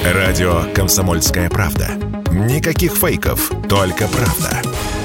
Радио «Комсомольская правда». Никаких фейков, только правда.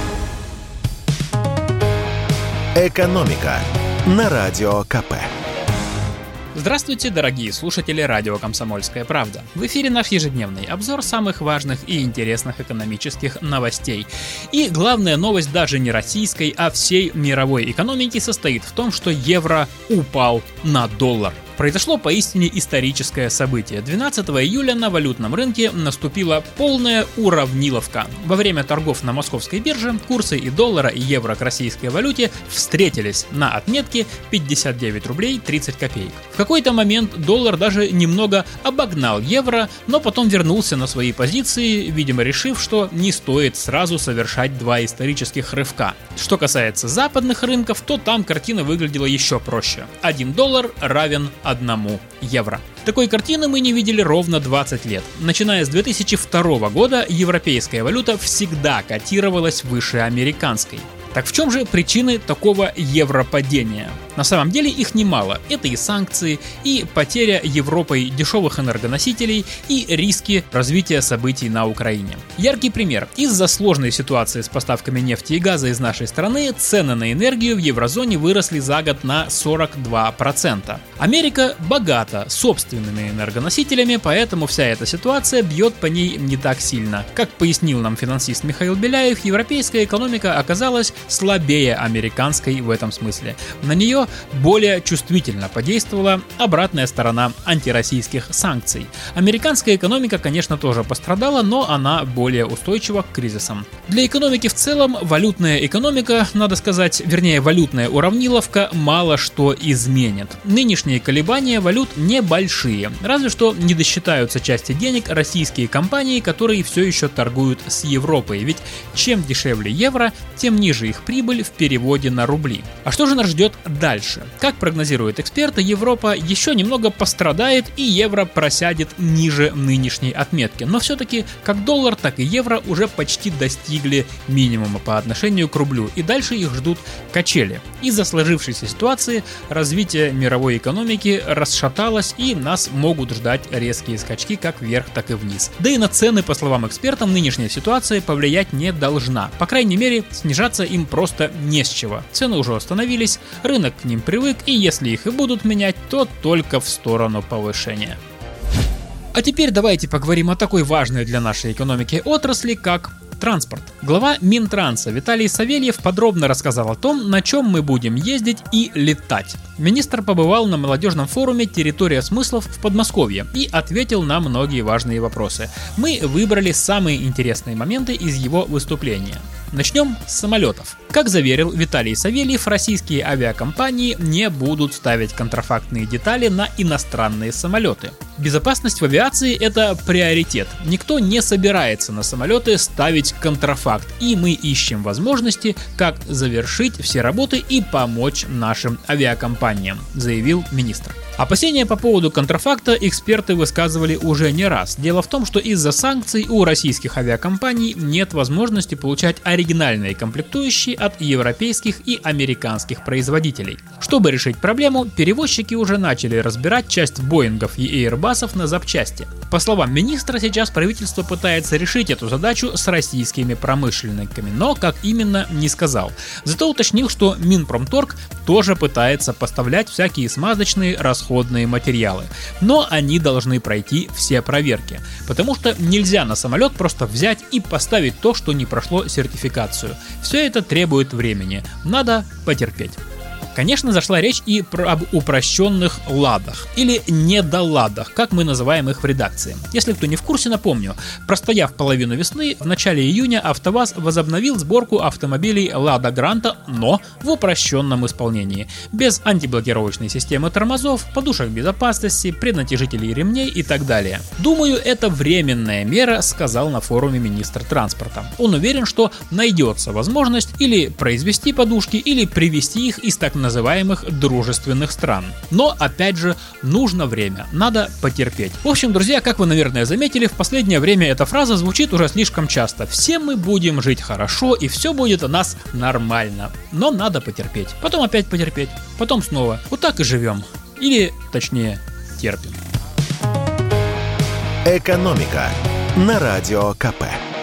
«Экономика» на Радио КП. Здравствуйте, дорогие слушатели радио «Комсомольская правда». В эфире наш ежедневный обзор самых важных и интересных экономических новостей. И главная новость даже не российской, а всей мировой экономики состоит в том, что евро упал на доллар. Произошло поистине историческое событие. 12 июля на валютном рынке наступила полная уравниловка. Во время торгов на московской бирже курсы и доллара, и евро к российской валюте встретились на отметке 59 рублей 30 копеек. В какой-то момент доллар даже немного обогнал евро, но потом вернулся на свои позиции, видимо решив, что не стоит сразу совершать два исторических рывка. Что касается западных рынков, то там картина выглядела еще проще. 1 доллар равен 1 евро. Такой картины мы не видели ровно 20 лет. Начиная с 2002 года европейская валюта всегда котировалась выше американской. Так в чем же причины такого европадения? На самом деле их немало. Это и санкции, и потеря Европой дешевых энергоносителей, и риски развития событий на Украине. Яркий пример. Из-за сложной ситуации с поставками нефти и газа из нашей страны цены на энергию в еврозоне выросли за год на 42%. Америка богата собственными энергоносителями, поэтому вся эта ситуация бьет по ней не так сильно. Как пояснил нам финансист Михаил Беляев, европейская экономика оказалась слабее американской в этом смысле. На нее более чувствительно подействовала обратная сторона антироссийских санкций. Американская экономика, конечно, тоже пострадала, но она более устойчива к кризисам. Для экономики в целом валютная экономика, надо сказать, вернее валютная уравниловка мало что изменит. Нынешние колебания валют небольшие, разве что не досчитаются части денег российские компании, которые все еще торгуют с Европой, ведь чем дешевле евро, тем ниже их прибыль в переводе на рубли. А что же нас ждет дальше? Как прогнозируют эксперты, Европа еще немного пострадает и евро просядет ниже нынешней отметки. Но все-таки как доллар, так и евро уже почти достигли минимума по отношению к рублю, и дальше их ждут качели. Из-за сложившейся ситуации развитие мировой экономики расшаталось, и нас могут ждать резкие скачки как вверх, так и вниз. Да и на цены, по словам экспертов, нынешняя ситуация повлиять не должна. По крайней мере, снижаться им просто не с чего. Цены уже остановились, рынок к ним привык, и если их и будут менять, то только в сторону повышения. А теперь давайте поговорим о такой важной для нашей экономики отрасли, как транспорт. Глава Минтранса Виталий Савельев подробно рассказал о том, на чем мы будем ездить и летать. Министр побывал на молодежном форуме «Территория смыслов» в Подмосковье и ответил на многие важные вопросы. Мы выбрали самые интересные моменты из его выступления. Начнем с самолетов. Как заверил Виталий Савельев, российские авиакомпании не будут ставить контрафактные детали на иностранные самолеты. Безопасность в авиации – это приоритет. Никто не собирается на самолеты ставить контрафакт, и мы ищем возможности, как завершить все работы и помочь нашим авиакомпаниям, заявил министр. Опасения по поводу контрафакта эксперты высказывали уже не раз. Дело в том, что из-за санкций у российских авиакомпаний нет возможности получать оригинальные комплектующие от европейских и американских производителей. Чтобы решить проблему, перевозчики уже начали разбирать часть Боингов и Эйрбасов на запчасти. По словам министра, сейчас правительство пытается решить эту задачу с российскими промышленниками, но как именно не сказал. Зато уточнил, что Минпромторг тоже пытается поставлять всякие смазочные расходные материалы, но они должны пройти все проверки, потому что нельзя на самолет просто взять и поставить то, что не прошло сертификацию. Все это требует времени, надо потерпеть. Конечно, зашла речь и об упрощенных ладах, или недоладах, как мы называем их в редакции. Если кто не в курсе, напомню, простояв половину весны, в начале июня АвтоВАЗ возобновил сборку автомобилей Лада Гранта, но в упрощенном исполнении, без антиблокировочной системы тормозов, подушек безопасности, преднатяжителей ремней и так далее. Думаю, это временная мера, сказал на форуме министр транспорта. Он уверен, что найдется возможность или произвести подушки, или привезти их из так называемых дружественных стран. Но, опять же, нужно время, надо потерпеть. В общем, друзья, как вы, наверное, заметили, в последнее время эта фраза звучит уже слишком часто. Все мы будем жить хорошо, и все будет у нас нормально. Но надо потерпеть. Потом опять потерпеть. Потом снова. Вот так и живем. Или, точнее, терпим. «Экономика» на Радио КП.